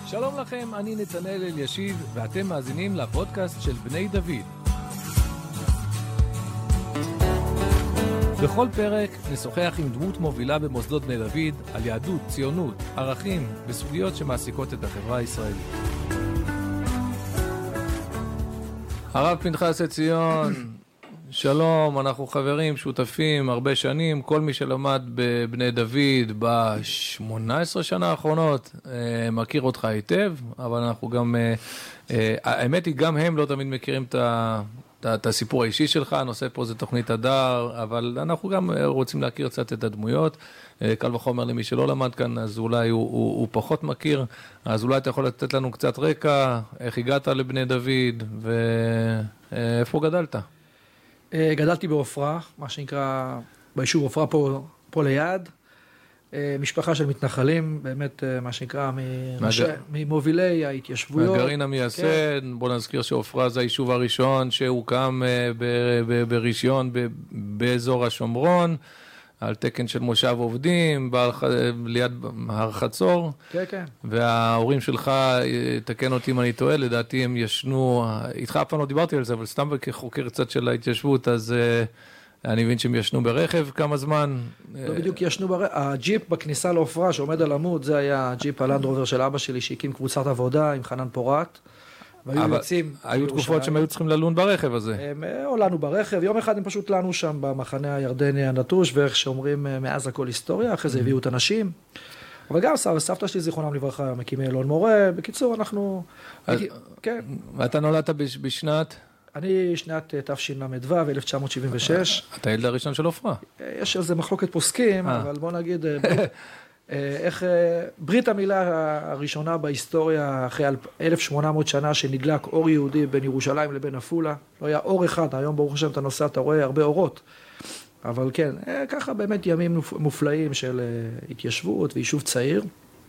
שלום לכם, אני נתנאל אלישיב, ואתם מאזינים לפודקאסט של בני דוד. בכל פרק נשוחח עם דמות מובילה במוסדות בני דוד על יהדות, ציונות, ערכים וסוגיות שמעסיקות את החברה הישראלית. הרב פנחס ציון, שלום, אנחנו חברים, שותפים הרבה שנים, כל מי שלמד בבני דוד ב-18 שנה האחרונות מכיר אותך היטב, אבל אנחנו גם, האמת היא גם הם לא תמיד מכירים את הסיפור האישי שלך, הנושא פה זה תוכנית הדר, אבל אנחנו גם רוצים להכיר קצת את הדמויות, קל וחומר למי שלא למד כאן, אז אולי הוא פחות מכיר, אז אולי אתה יכול לתת לנו קצת רקע, איך הגעת לבני דוד ואיפה גדלת? גדלתי בעופרה, מה שנקרא ביישוב עופרה פה ליד, משפחה של מתנחלים, באמת מה שנקרא ממובילי ההתיישבויות. מהגרעין המייסד, כן. בוא נזכיר שעופרה זה היישוב הראשון שהוקם בראשון באזור השומרון, על תקן של מושב עובדים, ליד הר חצור. כן, כן. וההורים שלך, תקן אותי אם אני טועה, לדעתי הם ישנו, איתך אף פעם לא דיברתי על זה, אבל סתם כחוקר קצת של ההתיישבות, אז אני מבין שהם ישנו ברכב כמה זמן. לא בדיוק ישנו ברכב, הג'יפ בכניסה לעופרה שעומד על עמוד, זה היה הג'יפ הלנדרובר של אבא שלי שהקים קבוצת עבודה עם חנן פורט. היו תקופות שהם היו צריכים ללון ברכב הזה. או לנו ברכב, יום אחד הם פשוט לנו שם במחנה הירדני הנטוש, ואיך שאומרים מאז הכל היסטוריה, אחרי זה הביאו את אנשים. אבל גם סבתא שלי זיכרונם לברכה, מקימי אלון מורה, בקיצור אנחנו... ואתה נולדת בשנת? אני שנת תשל"ו, 1976. אתה ילד הראשון של עופרה. יש על זה מחלוקת פוסקים, אבל בוא נגיד... איך ברית המילה הראשונה בהיסטוריה אחרי 1800 שנה שנדלק אור יהודי בין ירושלים לבין עפולה, לא היה אור אחד, היום ברוך השם אתה נוסע, אתה רואה הרבה אורות, אבל כן, ככה באמת ימים מופלאים של התיישבות ויישוב צעיר,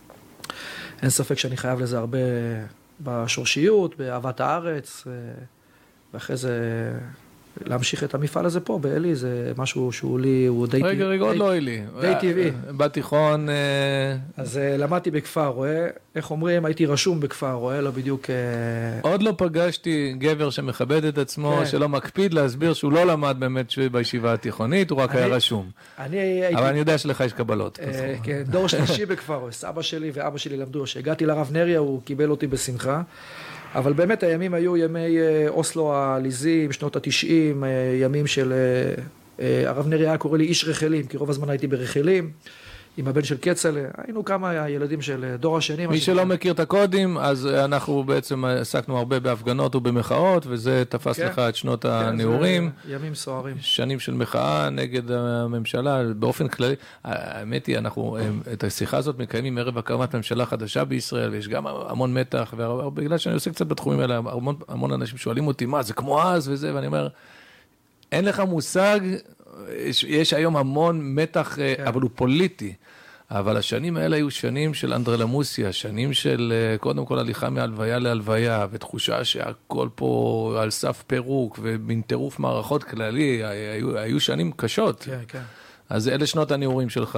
אין ספק שאני חייב לזה הרבה בשורשיות, באהבת הארץ, ואחרי זה... להמשיך את המפעל הזה פה, באלי, זה משהו שהוא לי, הוא די טבעי. רגע, עוד לא אלי. די טבעי. בתיכון... אז למדתי בכפר רואה, איך אומרים, הייתי רשום בכפר רואה, לא בדיוק... עוד לא פגשתי גבר שמכבד את עצמו, שלא מקפיד להסביר שהוא לא למד באמת בישיבה התיכונית, הוא רק היה רשום. אבל אני יודע שלך יש קבלות. כן, דור שלישי בכפר רואה, סבא שלי ואבא שלי למדו, שהגעתי לרב נריה, הוא קיבל אותי בשמחה. אבל באמת הימים היו ימי אוסלו העליזים, שנות ה-90, ימים של... הרב נריה היה קורא לי איש רחלים, כי רוב הזמן הייתי ברחלים, עם הבן של קצלה, היינו כמה ילדים של דור השני. מי שלא מכיר את הקודים, אז אנחנו בעצם עסקנו הרבה בהפגנות ובמחאות, וזה תפס לך את שנות הנעורים. ימים סוערים. שנים של מחאה נגד הממשלה, באופן כללי. האמת היא, אנחנו את השיחה הזאת מקיימים ערב הקמת ממשלה חדשה בישראל, ויש גם המון מתח, ובגלל שאני עושה קצת בתחומים האלה, המון אנשים שואלים אותי, מה, זה כמו אז וזה, ואני אומר, אין לך מושג, יש היום המון מתח, אבל הוא פוליטי. אבל השנים האלה היו שנים של אנדרלמוסיה, שנים של קודם כל הליכה מהלוויה להלוויה, ותחושה שהכל פה על סף פירוק, ומין טירוף מערכות כללי, היו שנים קשות. כן, כן. אז אלה שנות הנעורים שלך.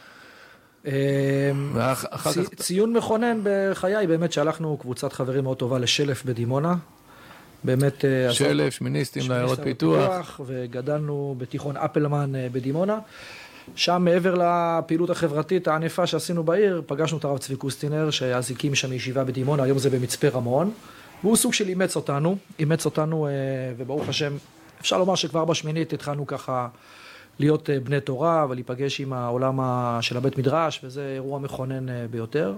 ציון מכונן בחיי, באמת שהלכנו קבוצת חברים מאוד טובה לשלף בדימונה. באמת... שלף, שמיניסטים לעיירות פיתוח. וגדלנו בתיכון אפלמן בדימונה. שם מעבר לפעילות החברתית הענפה שעשינו בעיר, פגשנו את הרב צבי קוסטינר, שאז הקים שם ישיבה בדימונה, היום זה במצפה רמון, והוא סוג של אימץ אותנו, וברוך השם, אפשר לומר שכבר בשמינית התחלנו ככה להיות בני תורה, ולהיפגש עם העולם של הבית מדרש, וזה אירוע מכונן ביותר.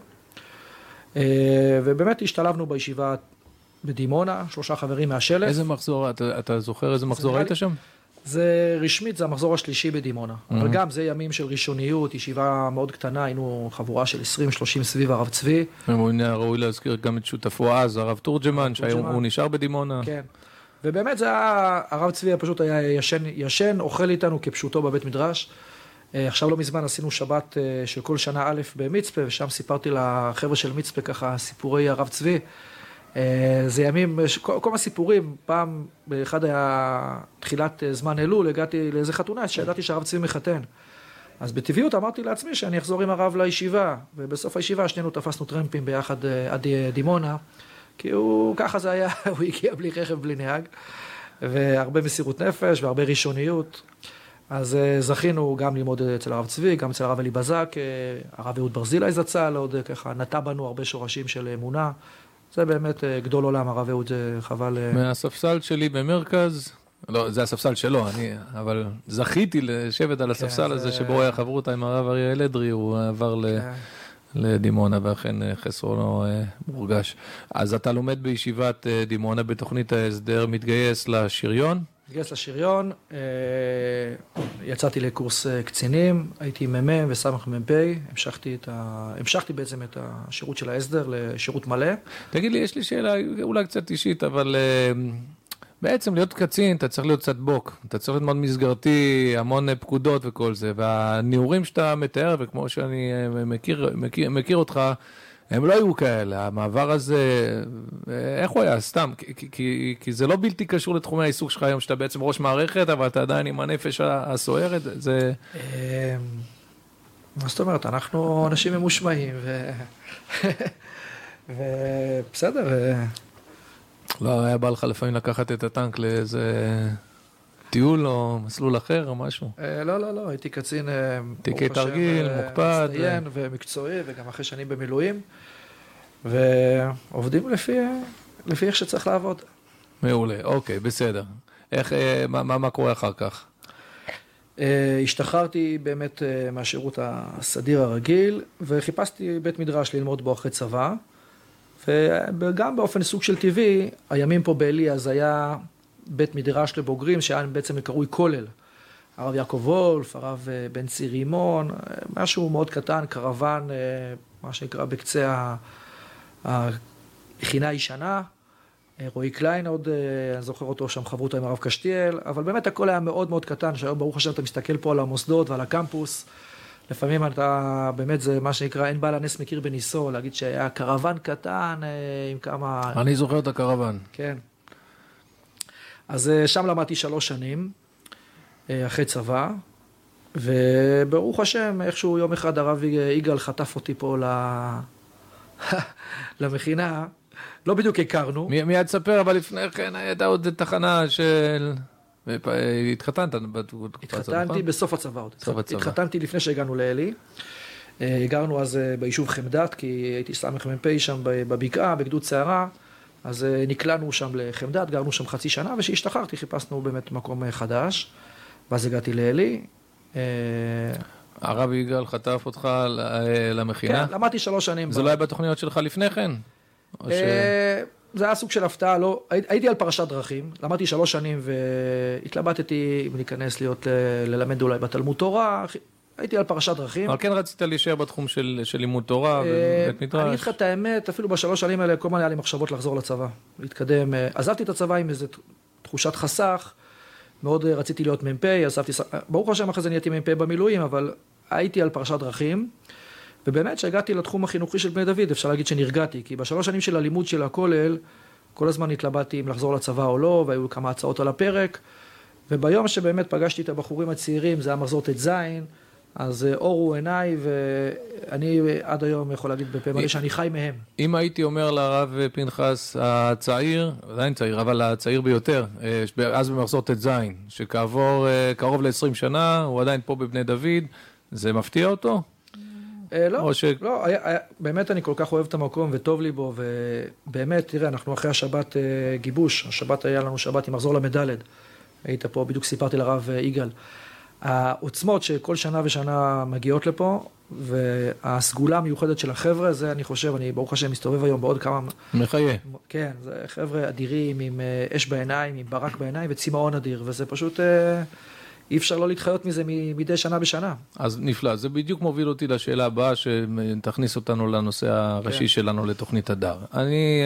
ובאמת השתלבנו בישיבה בדימונה, 3 חברים מהשלף. איזה מחזור, אתה זוכר איזה מחזור היית שם? זה רשמית, זה המחזור השלישי בדימונה. אבל גם זה ימים של ראשוניות, ישיבה מאוד קטנה, היינו חבורה של 20-30 סביב הרב צבי. ראוי להזכיר גם את שותפו אז, הרב תורג'מן, שהוא נשאר בדימונה. כן. ובאמת זה היה, הרב צבי פשוט היה ישן, אוכל איתנו כפשוטו בבית מדרש. עכשיו לא מזמן עשינו שבת של כל שנה א' במצפה, ושם סיפרתי לחבר'ה של מצפה ככה סיפורי הרב צבי. זה ימים, כל הסיפורים, פעם באחד היה תחילת זמן אלול, הגעתי לאיזה חתונה, שידעתי שהרב צבי מחתן. אז בטבעיות אמרתי לעצמי שאני אחזור עם הרב לישיבה, ובסוף הישיבה שנינו תפסנו טרמפים ביחד עד דימונה, כי ככה זה היה, הוא הגיע בלי רכב, בלי נהג, והרבה מסירות נפש והרבה ראשוניות. אז זכינו גם ללמוד אצל הרב צבי, גם אצל הרב אלי בזק, הרב אהוד ברזילי זצ"ל, עוד ככה נטע בנו הרבה שורשים של אמונה. זה באמת גדול עולם, הרב אהוד, זה חבל. מהספסל שלי במרכז, לא, זה הספסל שלו, אבל זכיתי לשבת על הספסל הזה שבו היה חברותה עם הרב אריאל אדרי, הוא עבר לדימונה, ואכן חסרונו מורגש. אז אתה לומד בישיבת דימונה בתוכנית ההסדר, מתגייס לשריון? מתגייס לשריון, יצאתי לקורס קצינים, הייתי מ"מ וסמ"פ, המשכתי בעצם את השירות של ההסדר לשירות מלא. תגיד לי, יש לי שאלה אולי קצת אישית, אבל בעצם להיות קצין, אתה צריך להיות קצת בוק, אתה צריך להיות מאוד מסגרתי, המון פקודות וכל זה, והניעורים שאתה מתאר, וכמו שאני מכיר אותך, הם לא היו כאלה, המעבר הזה, איך הוא היה? סתם, כי זה לא בלתי קשור לתחומי העיסוק שלך היום, שאתה בעצם ראש מערכת, אבל אתה עדיין עם הנפש הסוערת, זה... מה זאת אומרת? אנחנו אנשים ממושמעים, ובסדר. לא, היה בא לך לפעמים לקחת את הטנק לאיזה טיול או מסלול אחר או משהו? לא, הייתי קצין... תיקי תרגיל, מוקפד. מצטיין ומקצועי, וגם אחרי שנים במילואים, ועובדים לפי איך שצריך לעבוד. מעולה, אוקיי, בסדר. מה קורה אחר כך? השתחררתי באמת מהשירות הסדיר הרגיל, וחיפשתי בית מדרש ללמוד בו אחרי צבא, וגם באופן סוג של טבעי, הימים פה באלי אז היה בית מדרש לבוגרים, שהיה בעצם קרוי כולל. הרב יעקב וולף, הרב בן ציר רימון, משהו מאוד קטן, קרוון, מה שנקרא בקצה המכינה הישנה. רועי קליין עוד, אני זוכר אותו שם, חברותו עם הרב קשתיאל, אבל באמת הכל היה מאוד מאוד קטן, שהיום ברוך השם אתה מסתכל פה על המוסדות ועל הקמפוס, לפעמים אתה, באמת זה מה שנקרא, אין בעל הנס מכיר בניסו, להגיד שהיה קרוון קטן עם כמה... אני זוכר את הקרוון. כן. אז שם למדתי 3 שנים, אחרי צבא, וברוך השם, איכשהו יום אחד הרב יגאל חטף אותי פה למכינה, לא בדיוק הכרנו. מיד ספר, אבל לפני כן הייתה עוד תחנה של... התחתנת בתקופה הזאת, נכון? התחתנתי בסוף הצבא עוד. התחתנתי לפני שהגענו לאלי. הגרנו אז ביישוב חמדת, כי הייתי סמ"פ שם בבקעה, בגדוד שערה, אז נקלענו שם לחמדת, גרנו שם חצי שנה, ושהשתחררתי חיפשנו באמת מקום חדש, ואז הגעתי לאלי. הרב יגאל חטף אותך למכינה? כן, למדתי 3 שנים. זה לא היה בתוכניות שלך לפני כן? זה היה סוג של הפתעה, לא, הייתי על פרשת דרכים, למדתי 3 שנים והתלבטתי אם להיכנס ללמד אולי בתלמוד תורה, הייתי על פרשת דרכים. אבל כן רצית להישאר בתחום של לימוד תורה ובית מדרש. אני אגיד לך את האמת, אפילו ב3 שנים האלה, כל הזמן היה לי מחשבות לחזור לצבא, להתקדם. עזבתי את הצבא עם איזו תחושת חסך, מאוד רציתי להיות מ"פ, ברוך השם אחרי זה נהייתי מ"פ במילואים, אבל הייתי על פרשת דרכים. ובאמת שהגעתי לתחום החינוכי של בני דוד, אפשר להגיד שנרגעתי, כי ב3 שנים של הלימוד של הכולל, כל הזמן התלבטתי אם לחזור לצבא או לא, והיו כמה הצעות על הפרק, וביום שבאמת פגשתי את הבחורים הצעירים, זה היה מחזור ט"ז, אז אורו עיניי, ואני עד היום יכול להגיד בפה מלא שאני חי מהם. אם הייתי אומר לרב פנחס הצעיר, עדיין צעיר, אבל הצעיר ביותר, אז במחזור ט"ז, שכעבור קרוב ל-20 שנה, הוא עדיין פה בבני דוד, זה מפתיע אותו? לא, באמת אני כל כך אוהב את המקום וטוב לי בו, ובאמת, תראה, אנחנו אחרי השבת גיבוש, השבת היה לנו שבת עם מחזור למדלת, היית פה, בדיוק סיפרתי לרב יגאל, העוצמות שכל שנה ושנה מגיעות לפה, והסגולה המיוחדת של החבר'ה, זה אני חושב, אני ברוך השם מסתובב היום בעוד כמה... מחיה. כן, זה חבר'ה אדירים עם אש בעיניים, עם ברק בעיניים וצמאון אדיר, וזה פשוט... אי אפשר לא להתחיות מזה מדי שנה בשנה. אז נפלא, זה בדיוק מוביל אותי לשאלה הבאה שתכניס אותנו לנושא הראשי שלנו לתוכנית הדר. אני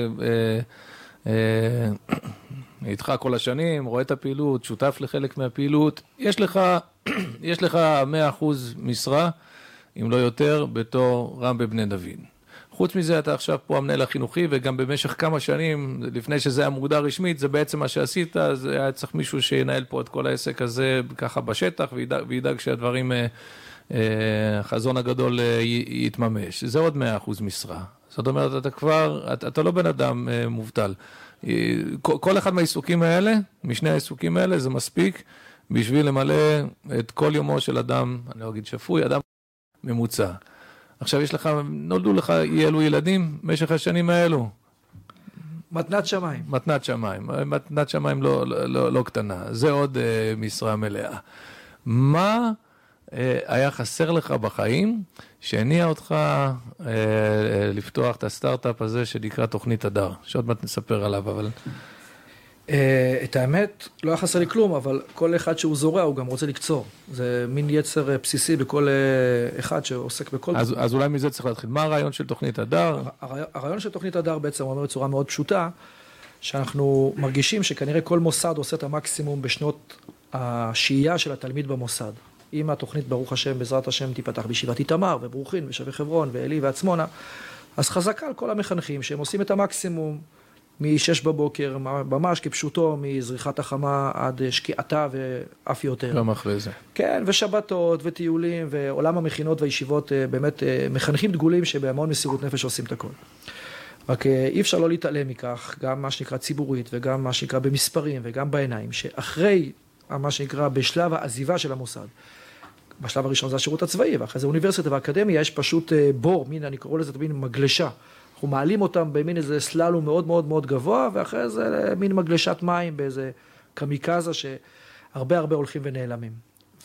איתך כל השנים, רואה את הפעילות, שותף לחלק מהפעילות, יש לך 100% משרה, אם לא יותר, בתור רם בבני דוד. חוץ מזה, אתה עכשיו פה המנהל החינוכי, וגם במשך כמה שנים, לפני שזה היה מוגדר רשמית, זה בעצם מה שעשית, אז היה צריך מישהו שינהל פה את כל העסק הזה ככה בשטח, וידאג שהדברים, החזון הגדול יתממש. זה עוד 100% משרה. זאת אומרת, אתה לא בן אדם מובטל. כל אחד מהעיסוקים האלה, משני העיסוקים האלה, זה מספיק בשביל למלא את כל יומו של אדם, אני לא אגיד שפוי, אדם ממוצע. עכשיו נולדו לך אלו ילדים במשך השנים האלו. מתנת שמיים. מתנת שמיים לא קטנה. זה עוד משרה מלאה. מה היה חסר לך בחיים שהניע אותך לפתוח את הסטארט-אפ הזה שנקרא תוכנית הדר? שעוד מעט נספר עליו, אבל... את האמת, לא היה חסר לי כלום, אבל כל אחד שהוא זורע הוא גם רוצה לקצור. זה מין יצר בסיסי בכל אחד שעוסק בכל... אז אולי מזה צריך להתחיל. מה הרעיון של תוכנית הדר? הרעיון של תוכנית הדר בעצם אומר בצורה מאוד פשוטה, שאנחנו מרגישים שכנראה כל מוסד עושה את המקסימום בשנות השהייה של התלמיד במוסד. אם התוכנית ברוך השם, בעזרת השם, תיפתח בישיבת איתמר וברוכין ושבי חברון ואלי ועצמונה, אז חזקה על כל המחנכים שהם עושים את המקסימום מ-6 בבוקר, ממש כפשוטו, מזריחת החמה עד שקיעתה ואף יותר. גם אחרי זה. כן, ושבתות וטיולים ועולם המכינות והישיבות, באמת מחנכים דגולים שבהמון מסירות נפש עושים את הכל. רק אי אפשר לא להתעלם מכך, גם מה שנקרא ציבורית וגם מה שנקרא במספרים וגם בעיניים, שאחרי מה שנקרא בשלב העזיבה של המוסד, בשלב הראשון זה השירות הצבאי, ואחרי זה אוניברסיטה ואקדמיה, יש פשוט בור, מין, אני קורא לזה מין מגלשה. אנחנו מעלים אותם במין איזה סללום מאוד מאוד מאוד גבוה, ואחרי זה מין מגלשת מים באיזה קמיקזה שהרבה הרבה הולכים ונעלמים.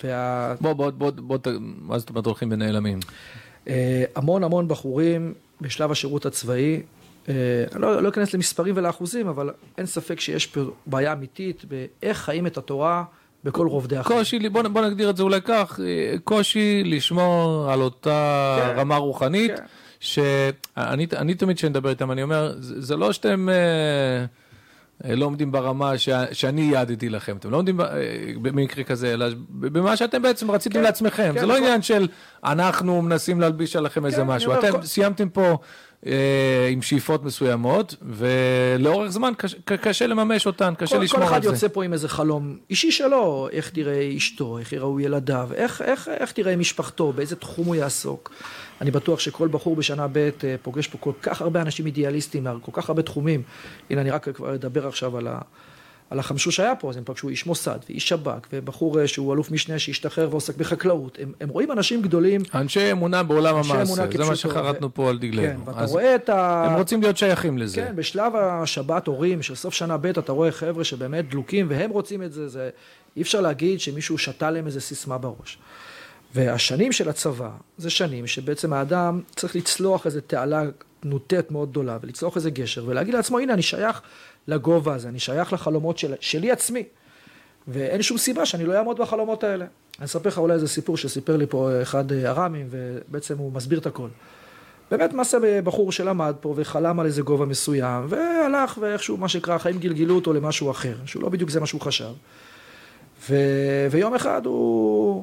מה זאת אומרת הולכים ונעלמים? המון בחורים בשלב השירות הצבאי, לא אכנס למספרים ולאחוזים, אבל אין ספק שיש פה בעיה אמיתית באיך חיים את התורה בכל רובדי החיים. קושי, בוא נגדיר את זה אולי כך, קושי לשמור על אותה רמה רוחנית, שאני תמיד כשנדבר איתם, אני אומר, זה לא שאתם לא עומדים ברמה שאני יעדתי לכם, אתם לא עומדים במקרה כזה, אלא במה שאתם בעצם רציתם לעצמכם. זה לא עניין של אנחנו מנסים להלביש עליכם איזה משהו. אתם סיימתם פה עם שאיפות מסוימות, ולאורך זמן קשה לממש אותן, קשה לשמור על זה. כל אחד יוצא פה עם איזה חלום אישי שלו, איך תראה אשתו, איך יראו ילדיו, איך תראה משפחתו, באיזה תחום הוא יעסוק. אני בטוח שכל בחור בשנה ב' פוגש פה כל כך הרבה אנשים אידיאליסטים, כל כך הרבה תחומים. הנה, אני רק כבר אדבר עכשיו על החמשוש שהיה פה, אז הם פגשו איש מוסד ואיש שב"כ, ובחור שהוא אלוף משנה שהשתחרר ועוסק בחקלאות. הם רואים אנשים גדולים. אנשי אמונה בעולם המעשה, זה מה שחרטנו פה על דגלנו. כן, ואתה רואה הם רוצים להיות שייכים לזה. כן, בשלב השבת הורים של סוף שנה ב' אתה רואה חבר'ה שבאמת דלוקים, והם רוצים את זה. אי אפשר להגיד שמישהו שתה להם איזה סיסמה בראש. והשנים של הצבא, זה שנים שבעצם האדם צריך לצלוח איזו תעלה נוטית מאוד גדולה, ולצלוח איזה גשר, ולהגיד לעצמו, הנה, אני שייך לגובה הזה, אני שייך לחלומות שלי עצמי, ואין שום סיבה שאני לא אעמוד בחלומות האלה. אני אספר לך אולי איזה סיפור שסיפר לי פה אחד הרמים, ובעצם הוא מסביר את הכל. באמת מעשה בחור שלמד פה, וחלם על איזה גובה מסוים, והלך ואיכשהו, מה שקרה, החיים גלגלו אותו למשהו אחר, שהוא לא בדיוק זה מה שהוא חשב. ויום אחד הוא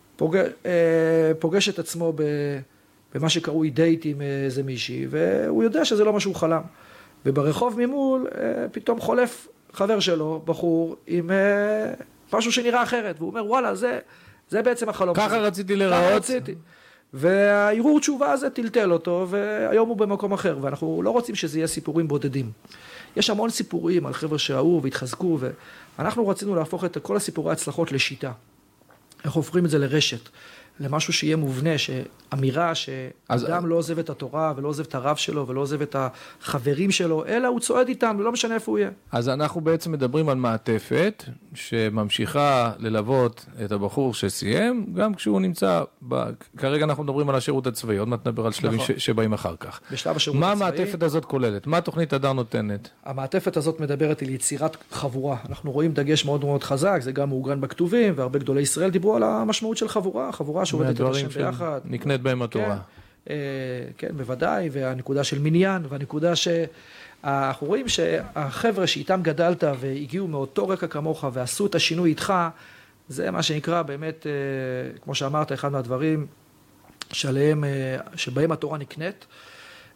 פוגש את עצמו במה שקראו דייט עם איזה מישהי, והוא יודע שזה לא מה שהוא חלם. וברחוב ממול פתאום חולף חבר שלו, בחור, עם משהו שנראה אחרת, והוא אומר, וואלה, זה בעצם החלום. ככה רציתי לראות. ככה רציתי. והערעור תשובה הזה טלטל אותו, והיום הוא במקום אחר, ואנחנו לא רוצים שזה יהיה סיפורים בודדים. יש המון סיפורים על חבר'ה שראו והתחזקו, ואנחנו רצינו להפוך את כל הסיפורי ההצלחות לשיטה. אנחנו הופכים את זה לרשת, למשהו שיהיה מובנה, שאמירה שאדם לא עוזב את התורה, ולא עוזב את הרב שלו, ולא עוזב את החברים שלו, אלא הוא צועד איתם, ולא משנה איפה הוא יהיה. אז אנחנו בעצם מדברים על מעטפת, שממשיכה ללוות את הבחור שסיים, גם כשהוא נמצא, כרגע אנחנו מדברים על השירות הצבאי, עוד מעט נדבר על שלבים שבאים אחר כך. בשלב השירות הצבאי. מה המעטפת הזאת כוללת? מה תוכנית הדר נותנת? המעטפת הזאת מדברת על יצירת חבורה. אנחנו רואים דגש מאוד מאוד חזק, זה גם מעוגן בכתובים, והרבה גדולי ישראל דיברו על המשמעות של חבורה, חבורה שעובדת את השם ביחד. נקנית בהם התורה. כן, בוודאי, והנקודה של מניין, והנקודה שאנחנו רואים שהחבר'ה שאיתם גדלת והגיעו מאותו רקע כמוך ועשו את השינוי איתך, זה מה שנקרא באמת, כמו שאמרת, אחד מהדברים שבהם התורה נקנית,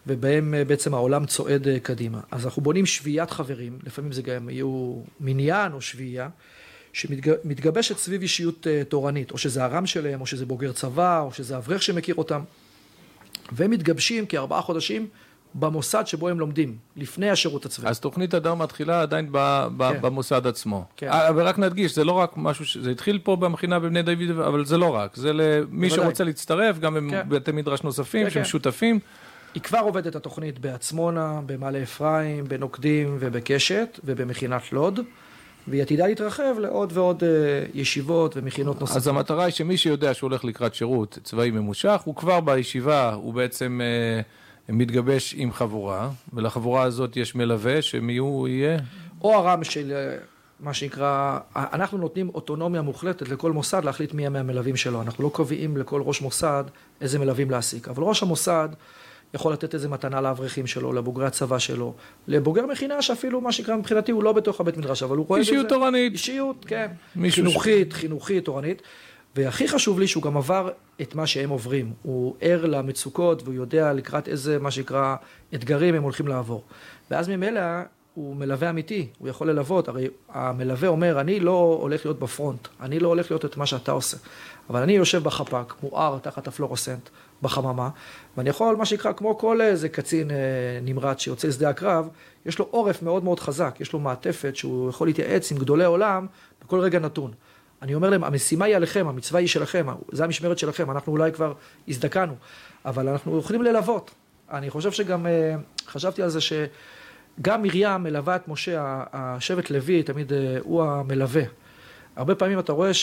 ובהם בעצם העולם צועד קדימה. אז אנחנו בונים שביעיית חברים, לפעמים זה גם יהיו מניין או שביעייה, שמתגבשת סביב אישיות תורנית, או שזה הרם שלהם, או שזה בוגר צבא, או שזה אברך שמכיר אותם, והם מתגבשים כ4 חודשים במוסד שבו הם לומדים, לפני השירות הצבאי. אז תוכנית הדר מתחילה עדיין במוסד עצמו. כן. ורק נדגיש, זה לא רק משהו, זה התחיל פה במכינה בבני דוד, אבל זה לא רק, זה למי שרוצה להצטרף, גם בבתי מדרש נוספים, שהם שותפים. היא כבר עובדת התוכנית בעצמונה, במעלה אפרים, בנוקדים ובקשת, ובמכינת לוד. והיא עתידה להתרחב לעוד ועוד ישיבות ומכינות נוספות. אז המטרה היא שמי שיודע שהוא הולך לקראת שירות צבאי ממושך, הוא כבר בישיבה, הוא בעצם מתגבש עם חבורה, ולחבורה הזאת יש מלווה, שמי הוא יהיה? או הרם של מה שנקרא, אנחנו נותנים אוטונומיה מוחלטת לכל מוסד להחליט מי הם המלווים שלו. אנחנו לא קובעים לכל ראש מוסד איזה מלווים להעסיק, אבל ראש המוסד יכול לתת איזה מתנה לאברכים שלו, לבוגרי הצבא שלו, לבוגר מכינה שאפילו מה שנקרא מבחינתי הוא לא בתוך הבית מדרש, אבל הוא רואה אישיות תורנית. אישיות, כן. חינוכית, תורנית. והכי חשוב לי שהוא גם עבר את מה שהם עוברים. הוא ער למצוקות והוא יודע לקראת איזה מה שנקרא אתגרים הם הולכים לעבור. ואז ממילא הוא מלווה אמיתי, הוא יכול ללוות. הרי המלווה אומר, אני לא הולך להיות בפרונט, אני לא הולך להיות את מה שאתה עושה. אבל אני יושב בחפ"ק, מואר תחת הפלורוסנט, בחממה, ואני יכול, מה שנקרא, כמו כל איזה קצין נמרץ שיוצא לשדה הקרב, יש לו עורף מאוד מאוד חזק, יש לו מעטפת שהוא יכול להתייעץ עם גדולי עולם בכל רגע נתון. אני אומר להם, המשימה היא עליכם, המצווה היא שלכם, זה המשמרת שלכם, אנחנו אולי כבר הזדקנו, אבל אנחנו יכולים ללוות. אני חושב שגם, חשבתי על זה שגם מרים מלווה את משה, השבט לוי, תמיד הוא המלווה. הרבה פעמים אתה רואה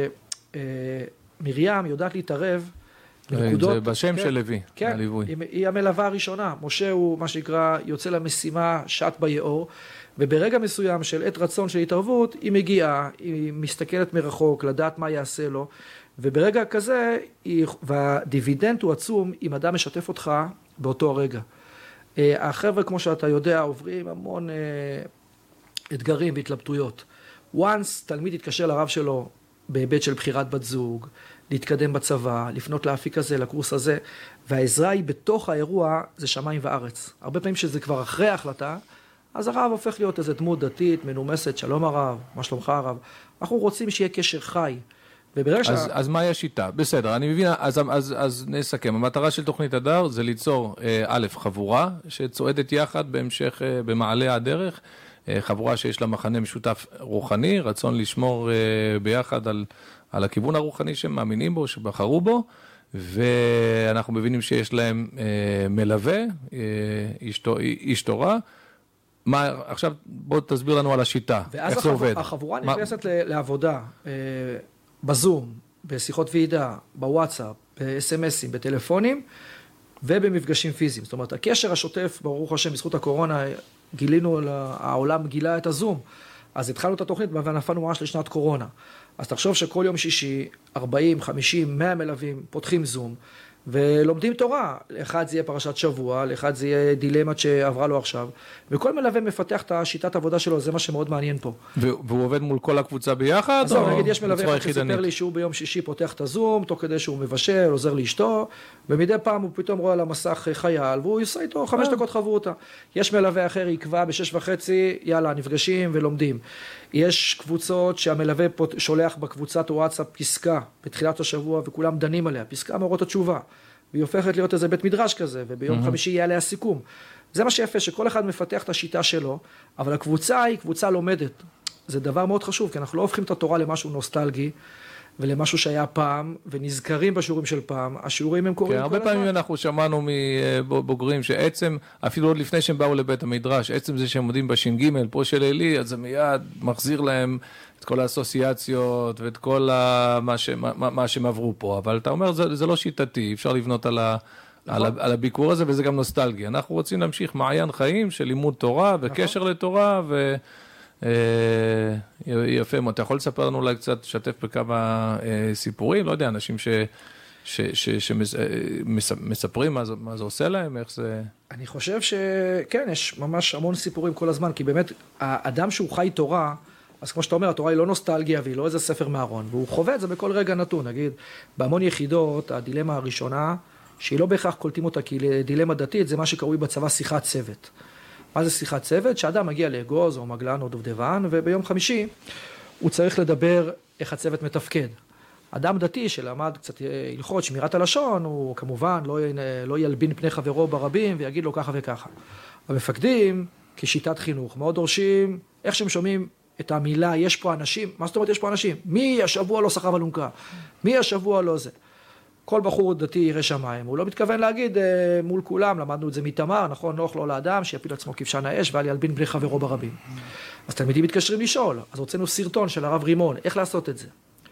שמרים יודעת להתערב, זה בשם של לוי, הליווי. כן, היא המלווה הראשונה. משה הוא, מה שנקרא, יוצא למשימה שעת ביאור, וברגע מסוים של עת רצון של התערבות, היא מגיעה, היא מסתכלת מרחוק, לדעת מה יעשה לו, וברגע כזה, והדיבידנד הוא עצום, אם אדם משתף אותך באותו הרגע. החבר'ה, כמו שאתה יודע, עוברים המון אתגרים והתלבטויות. once תלמיד יתקשר לרב שלו, בהיבט של בחירת בת זוג, להתקדם בצבא, לפנות לאפיק הזה, לקורס הזה, והעזרה היא בתוך האירוע, זה שמיים וארץ. הרבה פעמים שזה כבר אחרי ההחלטה, אז הרב הופך להיות איזו דמות דתית, מנומסת, שלום הרב, מה שלומך הרב. אנחנו רוצים שיהיה קשר חי. אז מהי השיטה? בסדר, אני מבין, אז נסכם. המטרה של תוכנית הדר זה ליצור א', חבורה, שצועדת יחד בהמשך, במעלה הדרך, חבורה שיש לה מחנה משותף רוחני, רצון לשמור ביחד על הכיוון הרוחני שהם מאמינים בו, שבחרו בו, ואנחנו מבינים שיש להם מלווה, איש תורה. עכשיו בוא תסביר לנו על השיטה, איך זה עובד. ואז החבורה נכנסת לעבודה, בזום, בשיחות ועידה, בוואטסאפ, ב-SMSים, בטלפונים, ובמפגשים פיזיים. זאת אומרת, הקשר השוטף, ברוך השם, בזכות הקורונה, גילינו, העולם גילה את הזום, אז התחלנו את התוכנית ונפלנו ממש לשנת קורונה. אז תחשוב שכל יום שישי, 40, 50, 100 מלווים, פותחים זום, ולומדים תורה. לאחד זה יהיה פרשת שבוע, לאחד זה יהיה דילמת שעברה לו עכשיו, וכל מלווה מפתח את השיטת העבודה שלו, זה מה שמאוד מעניין פה. והוא עובד מול כל הקבוצה ביחד? אז זהו, נגיד, יש מלווה אחד שספר לי שהוא ביום שישי פותח את הזום, תוך כדי שהוא מבשל, עוזר לאשתו, ומדי פעם הוא פתאום רואה על המסך חייל, והוא יעשה איתו 5 דקות חברותא. יש מלווה אחר, יקבע ב6:30, יאללה, נפגשים ולומדים. יש קבוצות שהמלווה שולח בקבוצת וואטסאפ פסקה בתחילת השבוע, וכולם דנים עליה, פסקה מאורות התשובה, והיא הופכת להיות איזה בית מדרש כזה, וביום חמישי יהיה עליה סיכום. זה מה שיפה, שכל אחד מפתח את השיטה שלו, אבל הקבוצה היא קבוצה לומדת. זה דבר מאוד חשוב, כי אנחנו לא הופכים את התורה למשהו נוסטלגי, ולמשהו שהיה פעם, ונזכרים בשיעורים של פעם, השיעורים הם קוראים כל הזמן. הרבה פעמים אנחנו שמענו מבוגרים שעצם, אפילו עוד לפני שהם באו לבית המדרש, עצם זה שהם עומדים בש"ג, פה של אלי, אז זה מיד מחזיר להם את כל האסוציאציות, ואת כל מה שהם עברו פה. אבל אתה אומר, זה לא שיטתי, אפשר לבנות על הביקור הזה, וזה גם נוסטלגי. אנחנו רוצים להמשיך מעיין חיים של לימוד תורה, וקשר לתורה, יפה, אתה יכול לספר לנו אולי קצת, שתף בכמה סיפורים, לא יודע, אנשים שמספרים מה זה עושה להם, איך זה... אני חושב שכן, יש ממש המון סיפורים כל הזמן, כי באמת, האדם שהוא חי תורה, אז כמו שאתה אומר, התורה היא לא נוסטלגיה, והיא לא איזה ספר מארון, והוא חווה את זה בכל רגע נתון, נגיד, בהמון יחידות, הדילמה הראשונה שהיא לא בהכרח קולטים אותה כדילמה דתית, זה מה שקרוי בצבא שיחת צוות. מה זה שיחת צוות? שאדם מגיע לאגוז או מגלן או דובדבן, וביום חמישי הוא צריך לדבר איך הצוות מתפקד. אדם דתי שלמד קצת הלכות שמירת הלשון, הוא כמובן לא ילבין פני חברו ברבים ויגיד לו ככה וככה. המפקדים, כשיטת חינוך, מאוד דורשים, איך שהם שומעים את המילה, יש פה אנשים, מה זאת אומרת יש פה אנשים? מי השבוע לא סחב אלונקה? מי השבוע לא זה? כל בחור דתי ירא שמיים, הוא לא מתכוון להגיד מול כולם, למדנו את זה מתמר, נכון, נוח לו לאדם, שיפיל עצמו כבשן האש, ואל ילבין פני חברו ברבים. אז תלמידים מתקשרים לשאול, אז הוצאנו סרטון של הרב רימון, איך לעשות את זה?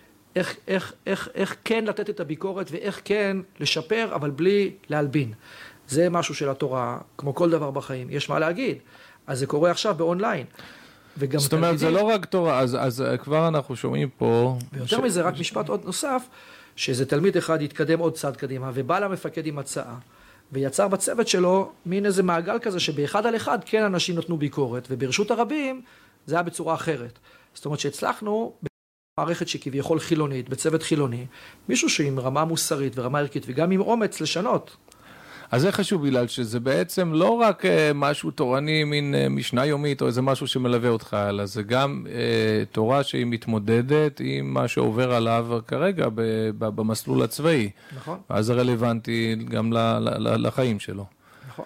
איך כן לתת את הביקורת, ואיך כן לשפר, אבל בלי להלבין. זה משהו של התורה, כמו כל דבר בחיים, יש מה להגיד. אז זה קורה עכשיו באונליין. זאת אומרת, זה לא רק תורה, אז כבר אנחנו שומעים פה... ויותר מזה, רק משפט עוד נוסף, שזה תלמיד אחד יתקדם עוד צעד קדימה, ובא למפקד עם הצעה, ויצר בצוות שלו מין איזה מעגל כזה, שבאחד על אחד כן אנשים נתנו ביקורת, וברשות הרבים זה היה בצורה אחרת. זאת אומרת שהצלחנו במערכת שכביכול חילונית, בצוות חילוני, מישהו שעם רמה מוסרית ורמה ערכית, וגם עם אומץ לשנות. אז זה חשוב, בגלל שזה בעצם לא רק משהו תורני, מין משנה יומית או איזה משהו שמלווה אותך, אלא זה גם תורה שהיא מתמודדת עם מה שעובר עליו כרגע במסלול הצבאי. נכון. אז זה רלוונטי גם לחיים שלו. נכון.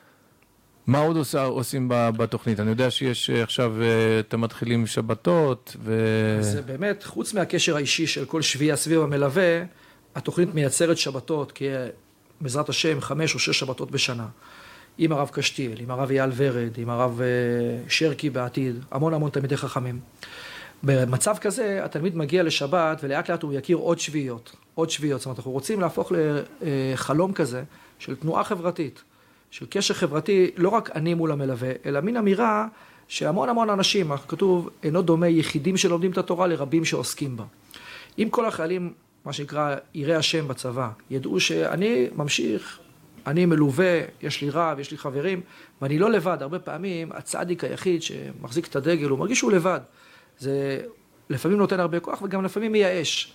מה עוד עושים בתוכנית? אני יודע שיש עכשיו, אתם מתחילים שבתות זה באמת, חוץ מהקשר האישי של כל שביעי סביב המלווה, התוכנית מייצרת שבתות, כי בעזרת השם 5 או 6 שבתות בשנה. עם הרב קשתיאל, עם הרב אייל ורד, עם הרב שרקי בעתיד, המון תלמידי חכמים. במצב כזה, התלמיד מגיע לשבת, ולאט לאט הוא יכיר עוד שביעיות. זאת אומרת, אנחנו רוצים להפוך לחלום כזה, של תנועה חברתית, של קשר חברתי, לא רק אני מול המלווה, אלא מין אמירה שהמון אנשים, כתוב, אינו דומה יחידים שלומדים את התורה לרבים שעוסקים בה. אם כל החיילים, מה שנקרא, יראי השם בצבא, ידעו שאני ממשיך, אני מלווה, יש לי רב, יש לי חברים, ואני לא לבד. הרבה פעמים הצדיק היחיד שמחזיק את הדגל, הוא מרגיש שהוא לבד. זה לפעמים נותן הרבה כוח וגם לפעמים מייאש.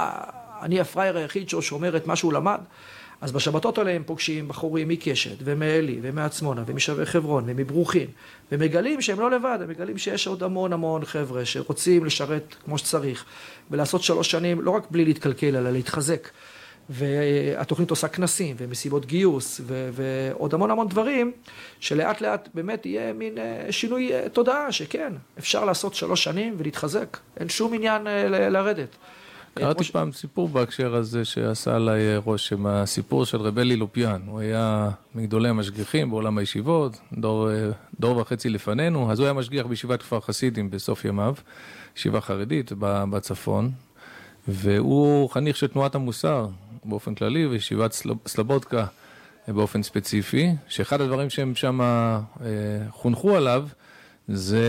אני הפרייר היחיד ששומר את מה שהוא למד. אז בשבתות האלה הם פוגשים בחורים מקשת ומאלי ומעצמונה ומשבי חברון ומברוכין, ומגלים שהם לא לבד, הם מגלים שיש עוד המון חבר'ה שרוצים לשרת כמו שצריך, ולעשות 3 שנים לא רק בלי להתקלקל, אלא להתחזק. והתוכנית עושה כנסים ומסיבות גיוס ועוד המון דברים, שלאט לאט באמת יהיה מין שינוי תודעה, שכן, אפשר לעשות 3 שנים ולהתחזק, אין שום עניין לרדת. קראתי פעם סיפור בהקשר הזה שעשה עליי רושם, הסיפור של רב אלי לופיאן. הוא היה מגדולי המשגיחים בעולם הישיבות, דור וחצי לפנינו, אז הוא היה משגיח בישיבת כפר חסידים בסוף ימיו, ישיבה חרדית בצפון, והוא חניך של תנועת המוסר באופן כללי, וישיבת סלבודקה באופן ספציפי, שאחד הדברים שהם שם חונכו עליו, זה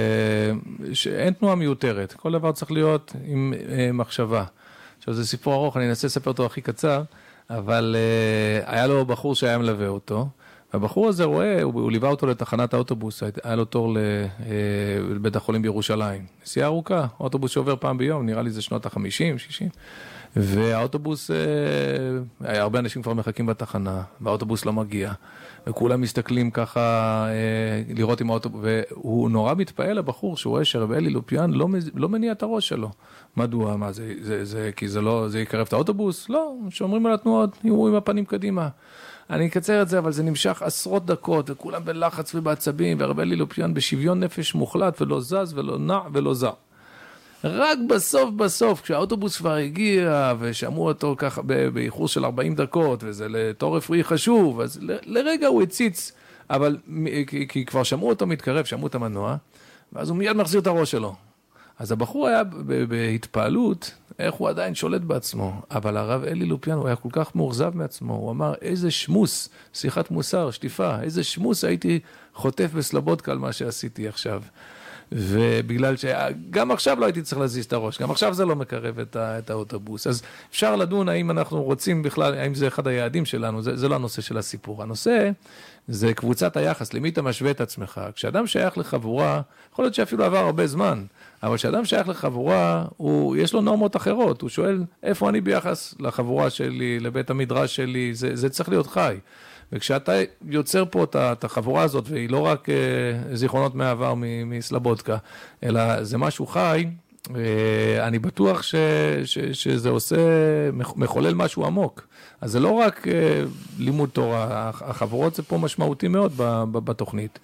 שאין תנועה מיותרת, כל דבר צריך להיות עם מחשבה. עכשיו זה סיפור ארוך, אני אנסה לספר אותו הכי קצר, אבל היה לו בחור שהיה מלווה אותו, והבחור הזה רואה, הוא ליווה אותו לתחנת האוטובוס, היה לו תור לבית החולים בירושלים. נסיעה ארוכה, אוטובוס שעובר פעם ביום, נראה לי זה שנות ה-50, 60, והאוטובוס, הרבה אנשים כבר מחכים בתחנה, והאוטובוס לא מגיע, וכולם מסתכלים ככה לראות עם האוטובוס, והוא נורא מתפעל הבחור שהוא רואה שרב אלי לופיאן לא מניע את הראש שלו. מדוע? מה זה כי זה יקרב את האוטובוס? לא, שומרים על התנועות, יהיו עם הפנים קדימה. אני אקצר את זה, אבל זה נמשך עשרות דקות, וכולם בלחץ ובעצבים, ורב אלי לופיאן בשוויון נפש מוחלט, ולא זז ולא נע ולא זר. רק בסוף, כשהאוטובוס כבר הגיע, ושמעו אותו ככה באיחור של 40 דקות, וזה לתור רפואי חשוב, אז לרגע הוא הציץ, אבל כי כבר שמעו אותו מתקרב, שמעו את המנוע, ואז הוא מיד מחזיר את הראש שלו. אז הבחור היה בהתפעלות, איך הוא עדיין שולט בעצמו, אבל הרב אלי לופיאן, הוא היה כל כך מאוכזב מעצמו, הוא אמר, איזה שמוס, שיחת מוסר, שטיפה, איזה שמוס הייתי חוטף בסלבודקה על מה שעשיתי עכשיו. ובגלל שגם עכשיו לא הייתי צריך להזיז את הראש, גם עכשיו זה לא מקרב את האוטובוס. אז אפשר לדון האם אנחנו רוצים בכלל, האם זה אחד היעדים שלנו, זה לא הנושא של הסיפור. הנושא זה קבוצת היחס, למי אתה משווה את עצמך. כשאדם שייך לחבורה, יכול להיות שאפילו עבר הרבה זמן, אבל כשאדם שייך לחבורה, יש לו נורמות אחרות. הוא שואל, איפה אני ביחס לחבורה שלי, לבית המדרש שלי, זה צריך להיות חי. וכשאתה יוצר פה את החבורה הזאת, והיא לא רק זיכרונות מהעבר מסלבודקה, אלא זה משהו חי, אני בטוח שזה עושה, מחולל משהו עמוק. אז זה לא רק לימוד תורה, החברות זה פה משמעותי מאוד בתוכנית.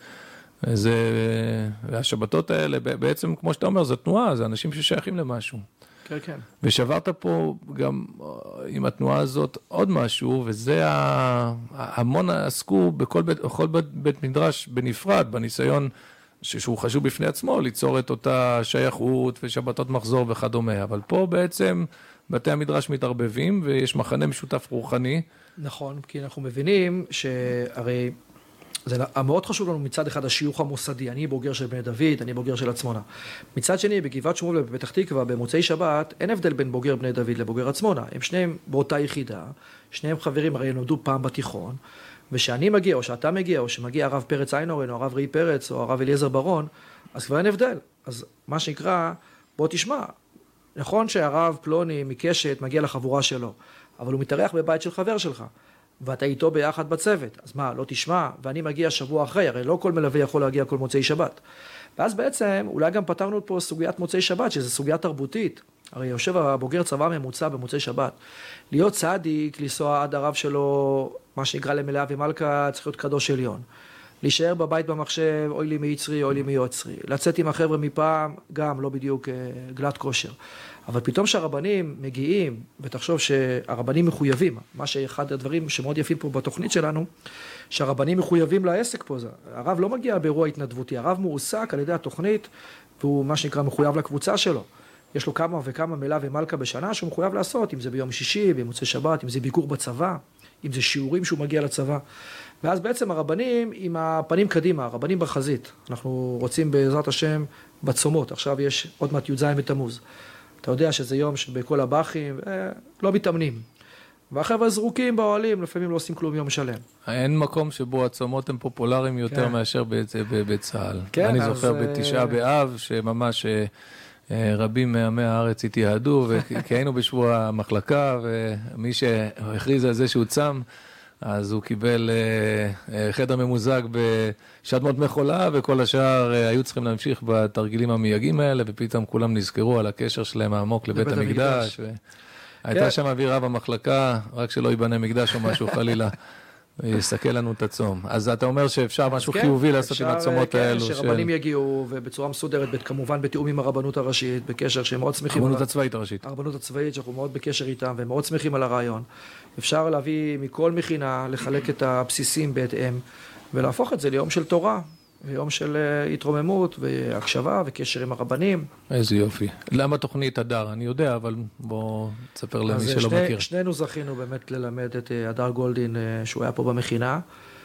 והשבתות האלה, בעצם כמו שאתה אומר, זו תנועה, זה אנשים ששייכים למשהו. כן, כן. ושברת פה גם עם התנועה הזאת עוד משהו, וזה המון עסקו בכל בית מדרש בנפרד, בניסיון שהוא חשוב בפני עצמו, ליצור את אותה שייכות ושבתות מחזור וכדומה. אבל פה בעצם בתי המדרש מתערבבים, ויש מחנה משותף רוחני. נכון, כי אנחנו מבינים שהרי זה מאוד חשוב לנו מצד אחד השיוך המוסדי, אני בוגר של בני דוד, אני בוגר של עצמונה. מצד שני, בגבעת שמואל ובפתח תקווה, במוצאי שבת, אין הבדל בין בוגר בני דוד לבוגר עצמונה. הם שניהם באותה יחידה, שניהם חברים, הרי נולדו פעם בתיכון, ושאני מגיע, או שאתה מגיע, או שמגיע הרב פרץ איינורן, או הרב ראי פרץ, או הרב אליעזר ברון, אז כבר אין הבדל. אז מה שנקרא, בוא תשמע, נכון שהרב פלוני מקשת מגיע לחבורה שלו, אבל הוא מתארח בבית של חבר שלך. ואתה איתו ביחד בצוות, אז מה, לא תשמע, ואני מגיע שבוע אחרי, הרי לא כל מלווה יכול להגיע כל מוצאי שבת. ואז בעצם, אולי גם פתרנו פה סוגיית מוצאי שבת, שזו סוגיה תרבותית. הרי יושב הבוגר צבא ממוצע במוצאי שבת. להיות צדיק, לנסוע עד הרב שלו, מה שנקרא למלאה ומלכה, צריך להיות קדוש עליון. להישאר בבית במחשב, אוי לי מיצרי, אוי לי מיוצרי. לצאת עם החבר'ה מפעם, גם לא בדיוק גלת כושר. אבל פתאום שהרבנים מגיעים, ותחשוב שהרבנים מחויבים, מה שאחד הדברים שמאוד יפים פה בתוכנית שלנו, שהרבנים מחויבים לעסק פה. הרב לא מגיע באירוע התנדבותי, הרב מועסק על ידי התוכנית, והוא מה שנקרא מחויב לקבוצה שלו. יש לו כמה וכמה מלאה ומלכה בשנה שהוא מחויב לעשות, אם זה ביום שישי, במוצאי שבת, אם זה ביקור בצבא, אם זה שיעורים שהוא מגיע לצבא. ואז בעצם הרבנים עם הפנים קדימה, הרבנים בחזית. אנחנו רוצים בעזרת השם בצומות, עכשיו יש עוד מעט י"ז בתמוז. אתה יודע שזה יום שבכל הבחים לא מתאמנים. והחבר'ה זרוקים באוהלים, לפעמים לא עושים כלום יום שלם. אין מקום שבו הצומות הם פופולריים יותר מאשר בצה"ל. כן, אני זוכר בתשעה באב, שממש רבים מעמי הארץ התייעדו, כי היינו בשבוע המחלקה, ומי שהכריז על זה שהוא צם, אז הוא קיבל חדר ממוזג בשדמות מחולה, וכל השאר היו צריכים להמשיך בתרגילים המייגעים האלה, ופתאום כולם נזכרו על הקשר שלהם העמוק לבית המקדש. הייתה שם אווירה במחלקה, רק שלא ייבנה מקדש או משהו חלילה, ויסתכל לנו את הצום. אז אתה אומר שאפשר משהו חיובי לעשות עם הצומות האלו. כן, שרבנים יגיעו, ובצורה מסודרת, כמובן בתיאום עם הרבנות הראשית, בקשר שהם מאוד שמחים. הרבנות הצבאית הראשית. הרבנות הצבאית, שאנחנו מאוד בקשר איתם, והם מאוד שמחים על הרעיון. אפשר להביא מכל מכינה, לחלק את הבסיסים בהתאם, ולהפוך את זה ליום של תורה, ויום של התרוממות, והקשבה, וקשר עם הרבנים. איזה יופי. למה תוכנית הדר? אני יודע, אבל בוא תספר למי שלא מכיר. שנינו זכינו באמת ללמד את הדר גולדין, שהוא היה פה במכינה,